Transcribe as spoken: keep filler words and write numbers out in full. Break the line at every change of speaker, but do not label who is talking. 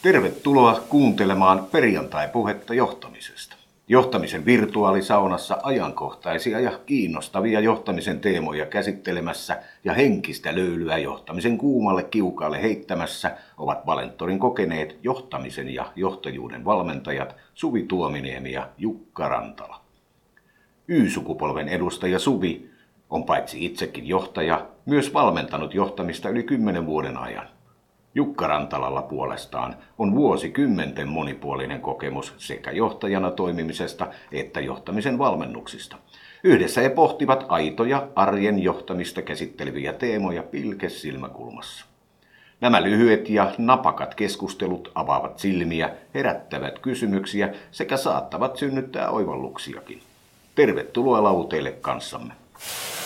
Tervetuloa kuuntelemaan perjantai-puhetta johtamisesta. Johtamisen virtuaalisaunassa ajankohtaisia ja kiinnostavia johtamisen teemoja käsittelemässä ja henkistä löylyä johtamisen kuumalle kiukaalle heittämässä ovat Valentorin kokeneet johtamisen ja johtajuuden valmentajat Suvi Tuominiemi ja Jukka Rantala. Y-sukupolven edustaja Suvi on paitsi itsekin johtaja, myös valmentanut johtamista yli kymmenen vuoden ajan. Jukka Rantalalla puolestaan on vuosikymmenten monipuolinen kokemus sekä johtajana toimimisesta että johtamisen valmennuksista. Yhdessä he pohtivat aitoja arjen johtamista käsitteleviä teemoja pilkesilmäkulmassa. Nämä lyhyet ja napakat keskustelut avaavat silmiä, herättävät kysymyksiä sekä saattavat synnyttää oivalluksiakin. Tervetuloa lauteille kanssamme.